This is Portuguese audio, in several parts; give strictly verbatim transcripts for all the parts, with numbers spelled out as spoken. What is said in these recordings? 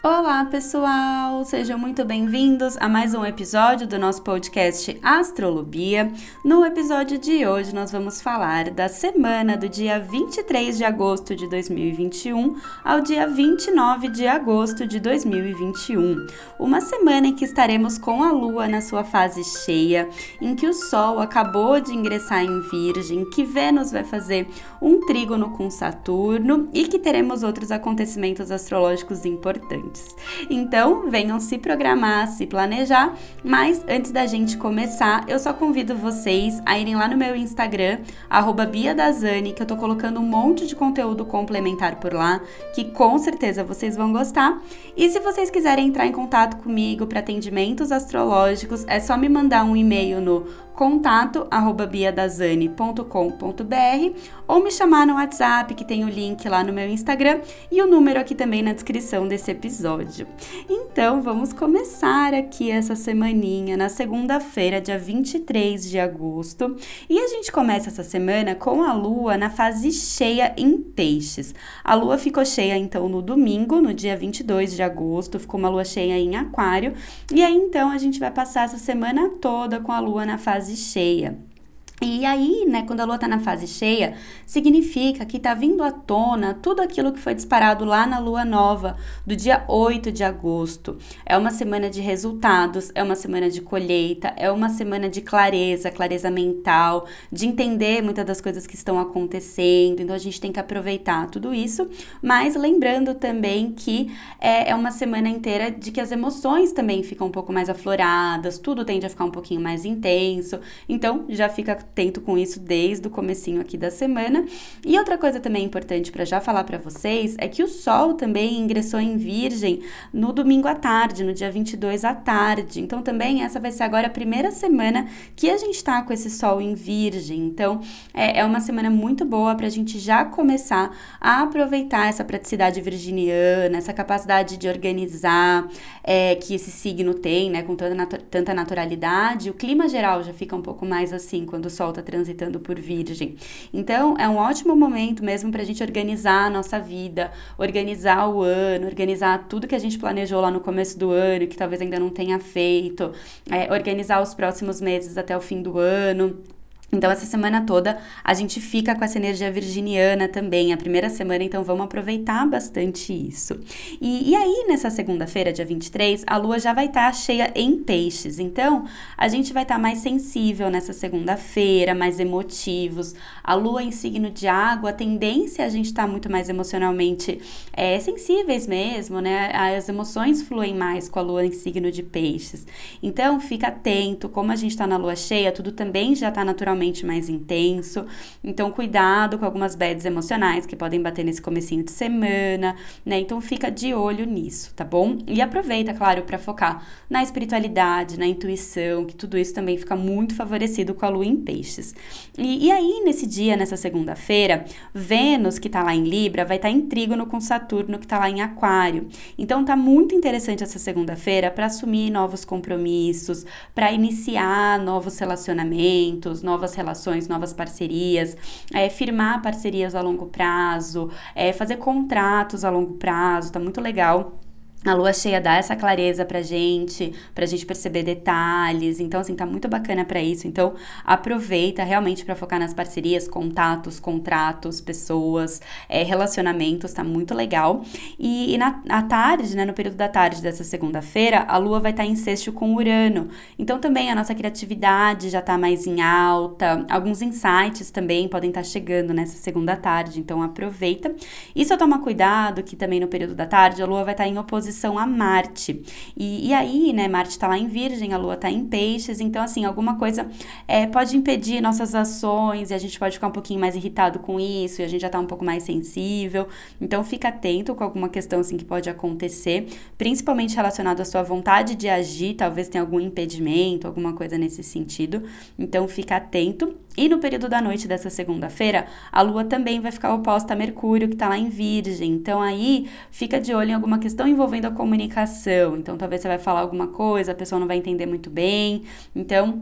Olá, pessoal! Sejam muito bem-vindos a mais um episódio do nosso podcast Astrolobia. No episódio de hoje, nós vamos falar da semana do dia vinte e três de agosto de dois mil e vinte e um ao dia vinte e nove de agosto de dois mil e vinte e um. Uma semana em que estaremos com a Lua na sua fase cheia, em que o Sol acabou de ingressar em Virgem, que Vênus vai fazer um trígono com Saturno e que teremos outros acontecimentos astrológicos importantes. Então, venham se programar, se planejar, mas antes da gente começar, eu só convido vocês a irem lá no meu Instagram, arroba Bia Dazani, que eu tô colocando um monte de conteúdo complementar por lá, que com certeza vocês vão gostar. E se vocês quiserem entrar em contato comigo para atendimentos astrológicos, é só me mandar um e-mail no contato arroba biadazani ponto com ponto br ou me chamar no WhatsApp, que tem o link lá no meu Instagram e o número aqui também na descrição desse episódio. Então, vamos começar aqui essa semaninha, na segunda-feira, dia vinte e três de agosto, e a gente começa essa semana com a Lua na fase cheia em Peixes. A Lua ficou cheia, então, no domingo, no dia vinte e dois de agosto, ficou uma Lua cheia em Aquário, e aí, então, a gente vai passar essa semana toda com a Lua na fase cheia. E aí, né, quando a Lua tá na fase cheia, significa que tá vindo à tona tudo aquilo que foi disparado lá na Lua Nova, do dia oito de agosto. É uma semana de resultados, é uma semana de colheita, é uma semana de clareza, clareza mental, de entender muitas das coisas que estão acontecendo. Então, a gente tem que aproveitar tudo isso, mas lembrando também que é, é uma semana inteira de que as emoções também ficam um pouco mais afloradas, tudo tende a ficar um pouquinho mais intenso. Então, já fica atento com isso desde o comecinho aqui da semana. E outra coisa também importante para já falar para vocês é que o Sol também ingressou em Virgem no domingo à tarde, no dia vinte e dois à tarde. Então também essa vai ser agora a primeira semana que a gente tá com esse Sol em Virgem. Então é, é uma semana muito boa para a gente já começar a aproveitar essa praticidade virginiana, essa capacidade de organizar é, que esse signo tem, né, com tanta, natu- tanta naturalidade. O clima geral já fica um pouco mais assim quando o Sol está transitando por Virgem. Então, é um ótimo momento mesmo para a gente organizar a nossa vida, organizar o ano, organizar tudo que a gente planejou lá no começo do ano, que talvez ainda não tenha feito, é, organizar os próximos meses até o fim do ano. Então, essa semana toda, a gente fica com essa energia virginiana também, a primeira semana, então vamos aproveitar bastante isso. E, e aí, nessa segunda-feira, dia vinte e três, a Lua já vai estar tá cheia em Peixes, então a gente vai estar tá mais sensível nessa segunda-feira, mais emotivos. A Lua em signo de água, a tendência é a gente estar tá muito mais emocionalmente é, sensíveis mesmo, né? As emoções fluem mais com a Lua em signo de Peixes. Então, fica atento, como a gente está na Lua cheia, tudo também já está naturalmente mais intenso, então cuidado com algumas bads emocionais que podem bater nesse comecinho de semana, né? Então fica de olho nisso, tá bom? E aproveita, claro, para focar na espiritualidade, na intuição, que tudo isso também fica muito favorecido com a Lua em Peixes. E, e aí, nesse dia, nessa segunda-feira, Vênus, que tá lá em Libra, vai estar tá em trígono com Saturno, que tá lá em Aquário. Então tá muito interessante essa segunda-feira para assumir novos compromissos, para iniciar novos relacionamentos, novas relações, novas parcerias, é, firmar parcerias a longo prazo, é, fazer contratos a longo prazo, tá muito legal. A lua cheia dá essa clareza pra gente, pra gente perceber detalhes, então assim, tá muito bacana pra isso, então aproveita realmente pra focar nas parcerias, contatos, contratos, pessoas, é, relacionamentos, tá muito legal. E, e na à tarde, né, no período da tarde dessa segunda-feira, a lua vai estar tá em sexto com Urano, então também a nossa criatividade já tá mais em alta, alguns insights também podem estar tá chegando nessa segunda tarde, então aproveita. E só toma cuidado que também no período da tarde a lua vai estar tá em oposição a Marte, e, e aí, né, Marte tá lá em Virgem, a Lua tá em Peixes, então assim, alguma coisa é, pode impedir nossas ações, e a gente pode ficar um pouquinho mais irritado com isso, e a gente já tá um pouco mais sensível, então fica atento com alguma questão assim que pode acontecer, principalmente relacionado à sua vontade de agir, talvez tenha algum impedimento, alguma coisa nesse sentido, então fica atento. E no período da noite dessa segunda-feira, a Lua também vai ficar oposta a Mercúrio, que tá lá em Virgem. Então, aí, fica de olho em alguma questão envolvendo a comunicação. Então, talvez você vai falar alguma coisa, a pessoa não vai entender muito bem. Então,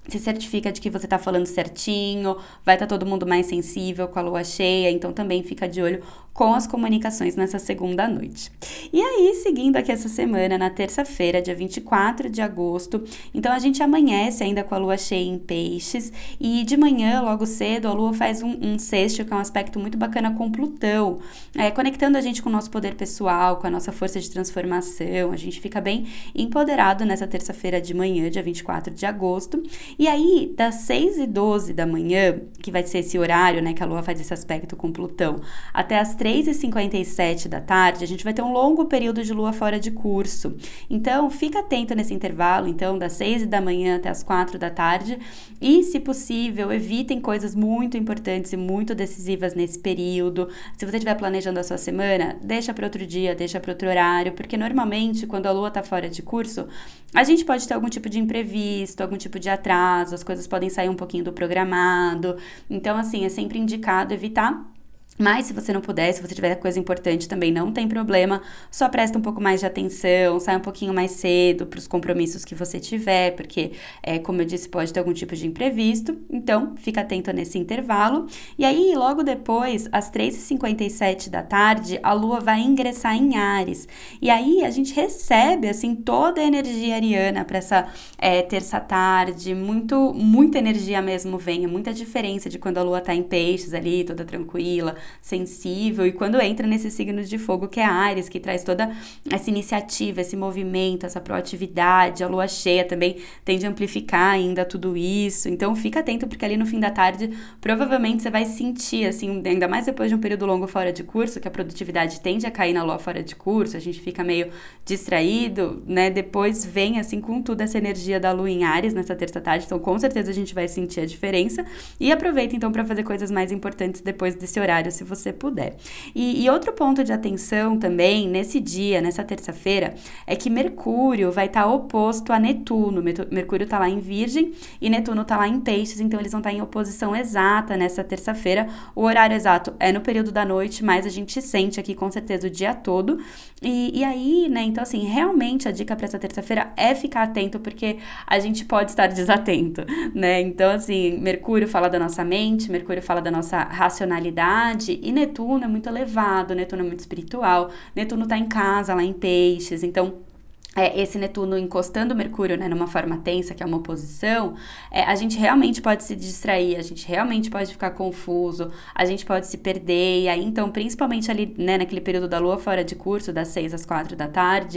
se certifica de que você tá falando certinho, vai estar todo mundo mais sensível com a lua cheia, então também fica de olho com as comunicações nessa segunda noite. E aí, seguindo aqui essa semana, na terça-feira, dia vinte e quatro de agosto, então a gente amanhece ainda com a lua cheia em peixes, e de manhã, logo cedo, a lua faz um, um sexto, que é um aspecto muito bacana com Plutão, é, conectando a gente com o nosso poder pessoal, com a nossa força de transformação, a gente fica bem empoderado nessa terça-feira de manhã, dia vinte e quatro de agosto, e aí, das seis e doze da manhã, que vai ser esse horário, né, que a lua faz esse aspecto com Plutão, até as três e cinquenta e sete da tarde, a gente vai ter um longo período de lua fora de curso. Então, fica atento nesse intervalo, então, das seis da manhã até as quatro da tarde, e, se possível, evitem coisas muito importantes e muito decisivas nesse período. Se você estiver planejando a sua semana, deixa para outro dia, deixa para outro horário, porque normalmente, quando a lua está fora de curso, a gente pode ter algum tipo de imprevisto, algum tipo de atraso, as coisas podem sair um pouquinho do programado. Então, assim, é sempre indicado evitar. Mas se você não puder, se você tiver coisa importante também, não tem problema, só presta um pouco mais de atenção, sai um pouquinho mais cedo para os compromissos que você tiver, porque, é, como eu disse, pode ter algum tipo de imprevisto, então fica atento nesse intervalo. E aí, logo depois, às três e cinquenta e sete da tarde, a lua vai ingressar em Áries, e aí a gente recebe, assim, toda a energia ariana para essa é, terça-tarde, muito, muita energia mesmo vem, é muita diferença de quando a lua tá em peixes ali, toda tranquila, sensível, e quando entra nesse signo de fogo que é Áries, que traz toda essa iniciativa, esse movimento, essa proatividade, a lua cheia também tende a amplificar ainda tudo isso, então fica atento porque ali no fim da tarde provavelmente você vai sentir, assim, ainda mais depois de um período longo fora de curso, que a produtividade tende a cair na lua fora de curso, a gente fica meio distraído, né, depois vem assim com tudo essa energia da lua em Áries nessa terça-tarde, então com certeza a gente vai sentir a diferença, e aproveita então para fazer coisas mais importantes depois desse horário, se você puder. E, e outro ponto de atenção também, nesse dia, nessa terça-feira, é que Mercúrio vai estar tá oposto a Netuno. Mercúrio está lá em Virgem e Netuno está lá em Peixes, então eles vão estar tá em oposição exata nessa terça-feira. O horário exato é no período da noite, mas a gente sente aqui com certeza o dia todo. E, e aí, né, então assim, realmente a dica para essa terça-feira é ficar atento, porque a gente pode estar desatento, né? Então assim, Mercúrio fala da nossa mente, Mercúrio fala da nossa racionalidade, e Netuno é muito elevado, Netuno é muito espiritual, Netuno tá em casa, lá em Peixes, então É, esse Netuno encostando Mercúrio, né, numa forma tensa, que é uma oposição, é, a gente realmente pode se distrair, a gente realmente pode ficar confuso, a gente pode se perder, e aí então, principalmente ali, né, naquele período da lua fora de curso, das seis às quatro da tarde,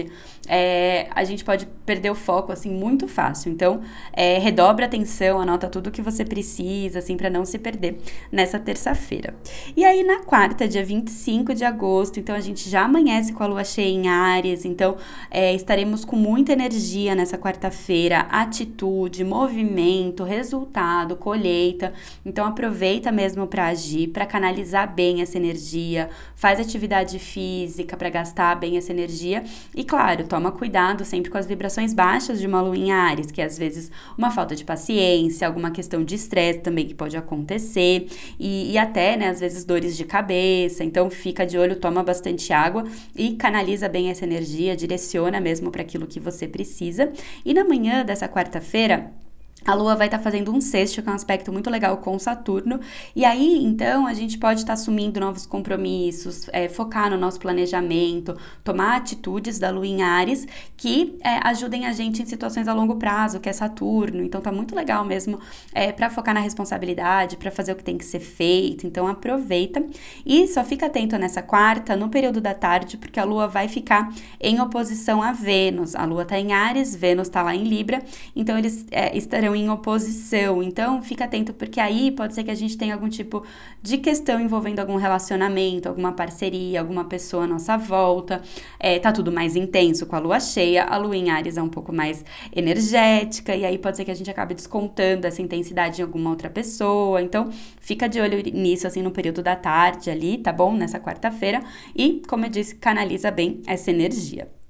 é, a gente pode perder o foco, assim, muito fácil. Então, é, redobra a atenção, anota tudo que você precisa, assim, para não se perder nessa terça-feira. E aí, na quarta, dia vinte e cinco de agosto, então a gente já amanhece com a lua cheia em Áries, então, é, estaremos com muita energia nessa quarta-feira, atitude, movimento, resultado, colheita. Então aproveita mesmo para agir, para canalizar bem essa energia, faz atividade física para gastar bem essa energia e, claro, toma cuidado sempre com as vibrações baixas de uma lua em Áries, que é às vezes uma falta de paciência, alguma questão de estresse também que pode acontecer e, e até, né, às vezes dores de cabeça. Então fica de olho, toma bastante água e canaliza bem essa energia, direciona mesmo para aquilo que você precisa. E na manhã dessa quarta-feira, a Lua vai estar tá fazendo um sexto, que é um aspecto muito legal com Saturno, e aí, então, a gente pode estar tá assumindo novos compromissos, é, focar no nosso planejamento, tomar atitudes da Lua em Áries que é, ajudem a gente em situações a longo prazo, que é Saturno. Então, tá muito legal mesmo é, para focar na responsabilidade, para fazer o que tem que ser feito. Então, aproveita e só fica atento nessa quarta, no período da tarde, porque a Lua vai ficar em oposição a Vênus. A Lua tá em Áries, Vênus tá lá em Libra, então eles é, estarão em oposição, então fica atento porque aí pode ser que a gente tenha algum tipo de questão envolvendo algum relacionamento, alguma parceria, alguma pessoa à nossa volta, é, tá tudo mais intenso com a lua cheia, a lua em Áries é um pouco mais energética e aí pode ser que a gente acabe descontando essa intensidade em alguma outra pessoa, então fica de olho nisso assim no período da tarde ali, tá bom? Nessa quarta-feira e, como eu disse, canaliza bem essa energia.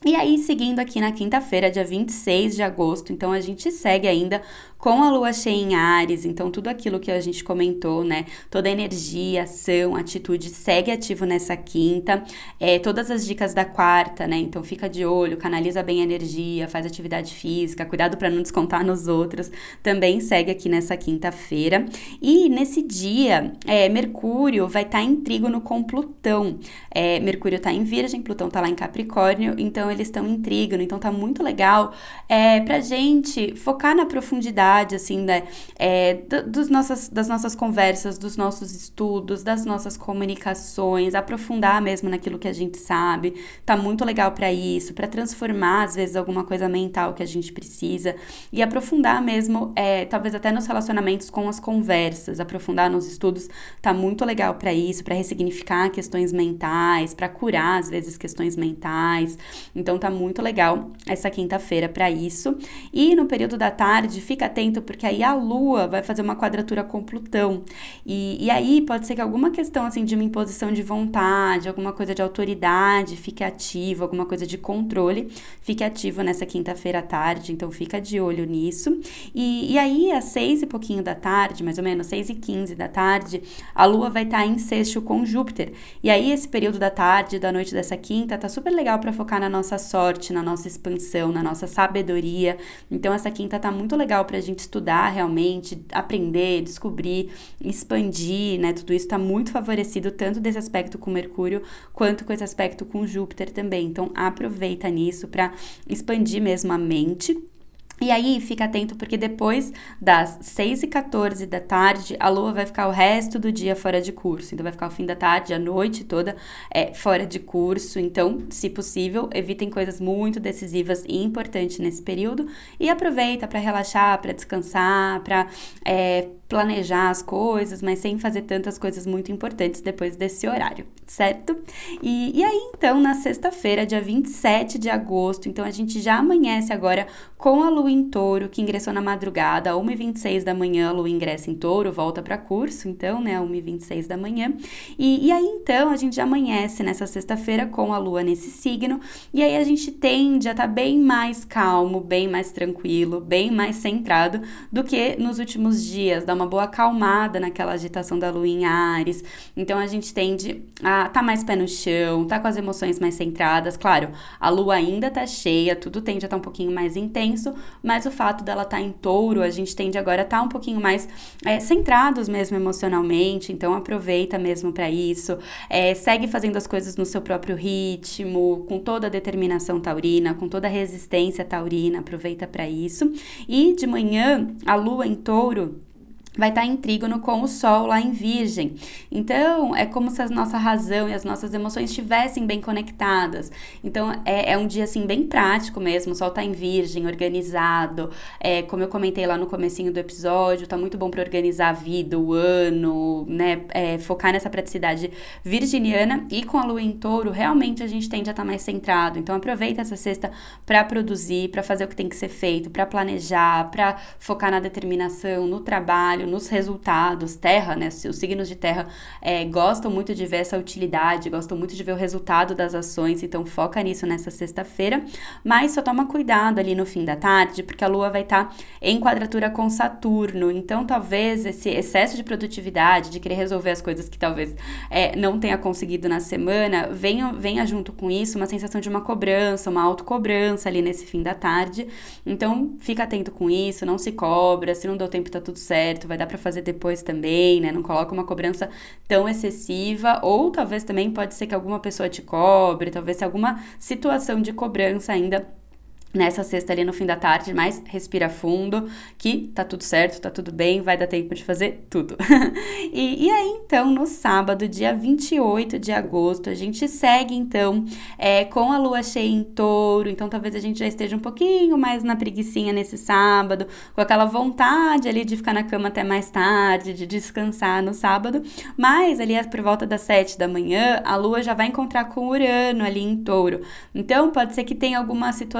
E aí, seguindo aqui na quinta-feira, dia vinte e seis de agosto, então a gente segue ainda com a lua cheia em Áries, então tudo aquilo que a gente comentou, né, toda a energia, ação, atitude segue ativo nessa quinta, é, todas as dicas da quarta, né, então fica de olho, canaliza bem a energia, faz atividade física, cuidado para não descontar nos outros, também segue aqui nessa quinta-feira. E nesse dia, é, Mercúrio vai estar tá em trígono com Plutão, é, Mercúrio tá em Virgem, Plutão tá lá em Capricórnio, então eles estão em trígono, então tá muito legal é, pra gente focar na profundidade, assim, né, é, dos nossas, das nossas conversas, dos nossos estudos, das nossas comunicações, aprofundar mesmo naquilo que a gente sabe, tá muito legal para isso, para transformar, às vezes, alguma coisa mental que a gente precisa, e aprofundar mesmo, é, talvez até nos relacionamentos com as conversas, aprofundar nos estudos, tá muito legal para isso, para ressignificar questões mentais, para curar, às vezes, questões mentais, então tá muito legal essa quinta-feira para isso. E no período da tarde, fica atento porque aí a Lua vai fazer uma quadratura com Plutão. E, e aí pode ser que alguma questão assim de uma imposição de vontade, alguma coisa de autoridade fique ativa, alguma coisa de controle fique ativo nessa quinta-feira à tarde. Então fica de olho nisso. E, e aí às seis e pouquinho da tarde, mais ou menos seis e quinze da tarde, a Lua vai estar em sexto com Júpiter. E aí esse período da tarde, da noite dessa quinta, tá super legal para focar na nossa sorte, na nossa expansão, na nossa sabedoria. Então essa quinta tá muito legal pra gente estudar realmente, aprender, descobrir, expandir, né? Tudo isso tá muito favorecido tanto desse aspecto com Mercúrio quanto com esse aspecto com Júpiter também. Então aproveita nisso para expandir mesmo a mente. E aí, fica atento porque depois das seis e quatorze da tarde, a Lua vai ficar o resto do dia fora de curso. Então, vai ficar o fim da tarde, a noite toda é, fora de curso. Então, se possível, evitem coisas muito decisivas e importantes nesse período. E aproveita para relaxar, para descansar, para é, planejar as coisas, mas sem fazer tantas coisas muito importantes depois desse horário, certo? E, e aí, então, na sexta-feira, dia vinte e sete de agosto, então a gente já amanhece agora com a Lua em Touro, que ingressou na madrugada, às uma e vinte e seis da manhã, a Lua ingressa em Touro, volta para curso, então, né, às uma e vinte e seis da manhã. E, e aí, então, a gente já amanhece nessa sexta-feira com a Lua nesse signo, e aí a gente tende a estar bem mais calmo, bem mais tranquilo, bem mais centrado do que nos últimos dias, dá uma boa acalmada naquela agitação da Lua em Áries. Então, a gente tende a tá mais pé no chão, tá com as emoções mais centradas. Claro, a Lua ainda tá cheia, tudo tende a estar um pouquinho mais intenso, mas o fato dela estar tá em Touro, a gente tende agora a estar tá um pouquinho mais é, centrados mesmo emocionalmente, então aproveita mesmo para isso, é, segue fazendo as coisas no seu próprio ritmo, com toda a determinação taurina, com toda a resistência taurina, aproveita para isso. E de manhã, a Lua em Touro vai estar em trígono com o Sol lá em Virgem. Então, é como se a nossa razão e as nossas emoções estivessem bem conectadas. Então, é, é um dia, assim, bem prático mesmo. O Sol tá em Virgem, organizado. É, como eu comentei lá no comecinho do episódio, tá muito bom para organizar a vida, o ano, né? É, focar nessa praticidade virginiana. E com a Lua em Touro, realmente a gente tende a estar mais centrado. Então, aproveita essa sexta para produzir, para fazer o que tem que ser feito, para planejar, para focar na determinação, no trabalho, nos resultados. Terra, né, os signos de terra é, gostam muito de ver essa utilidade, gostam muito de ver o resultado das ações, então foca nisso nessa sexta-feira, mas só toma cuidado ali no fim da tarde, porque a Lua vai estar tá em quadratura com Saturno, então talvez esse excesso de produtividade, de querer resolver as coisas que talvez é, não tenha conseguido na semana, venha, venha junto com isso uma sensação de uma cobrança, uma autocobrança ali nesse fim da tarde, então fica atento com isso, não se cobra, se não deu tempo tá tudo certo, vai dar para fazer depois também, né? Não coloca uma cobrança tão excessiva, ou talvez também pode ser que alguma pessoa te cobre, talvez se alguma situação de cobrança ainda nessa sexta ali no fim da tarde, mas respira fundo, que tá tudo certo, tá tudo bem, vai dar tempo de fazer tudo. e, e aí, então, no sábado, dia vinte e oito de agosto, a gente segue, então, é, com a Lua cheia em Touro, então talvez a gente já esteja um pouquinho mais na preguicinha nesse sábado, com aquela vontade ali de ficar na cama até mais tarde, de descansar no sábado, mas ali por volta das sete da manhã, a Lua já vai encontrar com Urano ali em Touro, então pode ser que tenha alguma situação, assim,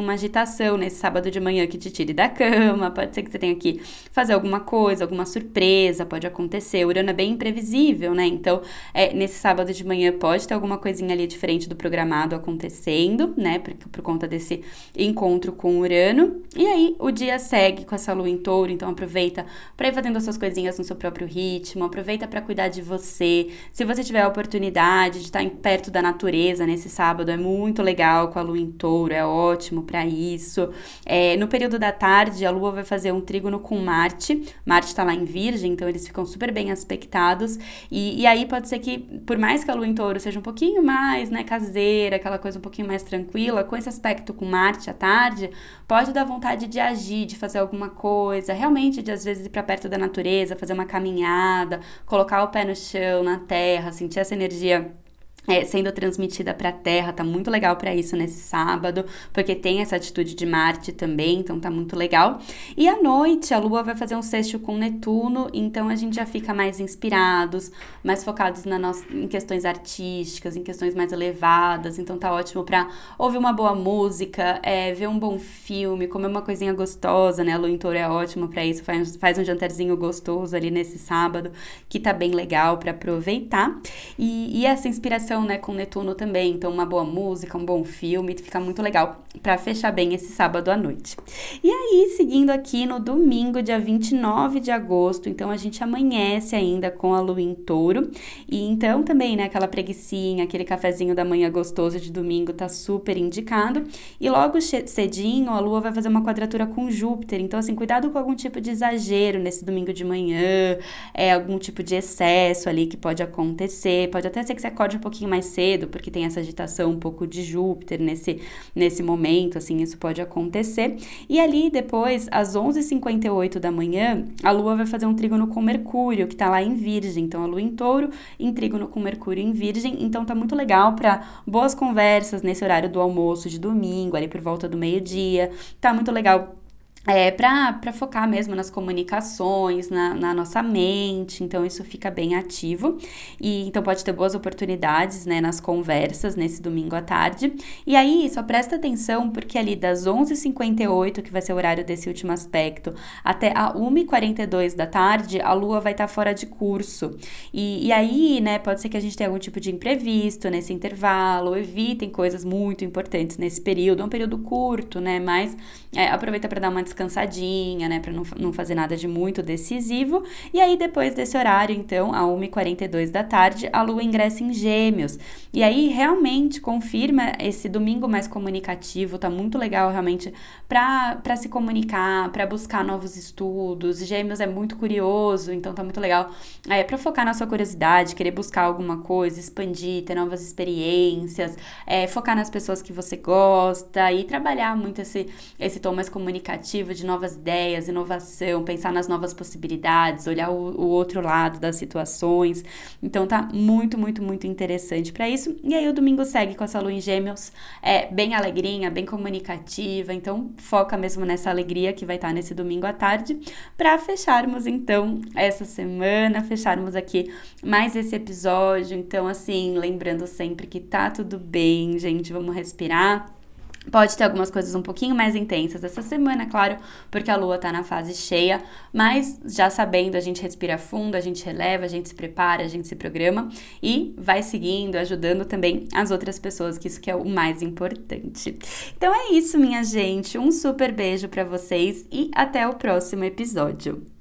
tenha uma agitação nesse sábado de manhã que te tire da cama, pode ser que você tenha que fazer alguma coisa, alguma surpresa, pode acontecer. O Urano é bem imprevisível, né? Então, é, nesse sábado de manhã pode ter alguma coisinha ali diferente do programado acontecendo, né? Por, por conta desse encontro com o Urano. E aí, o dia segue com essa lua em touro, então aproveita para ir fazendo as suas coisinhas no seu próprio ritmo, aproveita para cuidar de você. Se você tiver a oportunidade de estar perto da natureza nesse sábado, é muito legal com a lua em touro, é ótimo para isso. É, no período da tarde, a lua vai fazer um trígono com Marte. Marte está lá em Virgem, então eles ficam super bem aspectados. E, e aí pode ser que, por mais que a lua em touro seja um pouquinho mais, né, caseira, aquela coisa um pouquinho mais tranquila, com esse aspecto com Marte à tarde, pode dar vontade de agir, de fazer alguma coisa, realmente de às vezes ir para perto da natureza, fazer uma caminhada, colocar o pé no chão, na terra, sentir essa energia É, sendo transmitida para a Terra, tá muito legal para isso nesse sábado, porque tem essa atitude de Marte também, então tá muito legal. E à noite a Lua vai fazer um sextil com Netuno, então a gente já fica mais inspirados, mais focados na nossa, em questões artísticas, em questões mais elevadas, então tá ótimo para ouvir uma boa música, é, ver um bom filme, comer uma coisinha gostosa, né? A Lua em Touro é ótimo para isso, faz, faz um jantarzinho gostoso ali nesse sábado, que tá bem legal para aproveitar. E, e essa inspiração, né, com Netuno também, então uma boa música, um bom filme, fica muito legal para fechar bem esse sábado à noite. E aí, seguindo aqui no domingo, dia vinte e nove de agosto, então a gente amanhece ainda com a lua em touro, e então também, né, aquela preguicinha, aquele cafezinho da manhã gostoso de domingo tá super indicado, e logo cedinho a lua vai fazer uma quadratura com Júpiter, então assim, cuidado com algum tipo de exagero nesse domingo de manhã, é, algum tipo de excesso ali que pode acontecer, pode até ser que você acorde um pouquinho mais cedo, porque tem essa agitação um pouco de Júpiter nesse, nesse momento, assim, isso pode acontecer. E ali depois, às onze e cinquenta e oito da manhã, a Lua vai fazer um trígono com Mercúrio, que tá lá em Virgem, então a Lua em Touro, em trígono com Mercúrio em Virgem, então tá muito legal para boas conversas nesse horário do almoço de domingo, ali por volta do meio-dia, tá muito legal É, para focar mesmo nas comunicações, na, na nossa mente, então isso fica bem ativo, e então pode ter boas oportunidades, né, nas conversas nesse domingo à tarde. E aí, só presta atenção, porque ali das onze e cinquenta e oito, que vai ser o horário desse último aspecto, até a uma e quarenta e dois da tarde, a Lua vai estar fora de curso, e, e aí, né, pode ser que a gente tenha algum tipo de imprevisto nesse intervalo, evitem coisas muito importantes nesse período, é um período curto, né, mas é, aproveita para dar uma descansadinha, né, para não, não fazer nada de muito decisivo. E aí, depois desse horário, então, a uma e quarenta e dois da tarde, a Lua ingressa em Gêmeos. E aí, realmente, confirma esse domingo mais comunicativo, tá muito legal, realmente, para se comunicar, para buscar novos estudos. Gêmeos é muito curioso, então tá muito legal é, para focar na sua curiosidade, querer buscar alguma coisa, expandir, ter novas experiências, é, focar nas pessoas que você gosta e trabalhar muito esse, esse tom mais comunicativo, de novas ideias, inovação, pensar nas novas possibilidades, olhar o, o outro lado das situações. Então tá muito, muito, muito interessante para isso. E aí o domingo segue com essa lua em Gêmeos, é bem alegrinha, bem comunicativa, então foca mesmo nessa alegria que vai estar nesse domingo à tarde, para fecharmos então essa semana, fecharmos aqui mais esse episódio. Então assim, lembrando sempre que tá tudo bem, gente, vamos respirar. Pode ter algumas coisas um pouquinho mais intensas essa semana, claro, porque a Lua tá na fase cheia, mas já sabendo, a gente respira fundo, a gente releva, a gente se prepara, a gente se programa e vai seguindo, ajudando também as outras pessoas, que isso que é o mais importante. Então é isso, minha gente, um super beijo pra vocês e até o próximo episódio.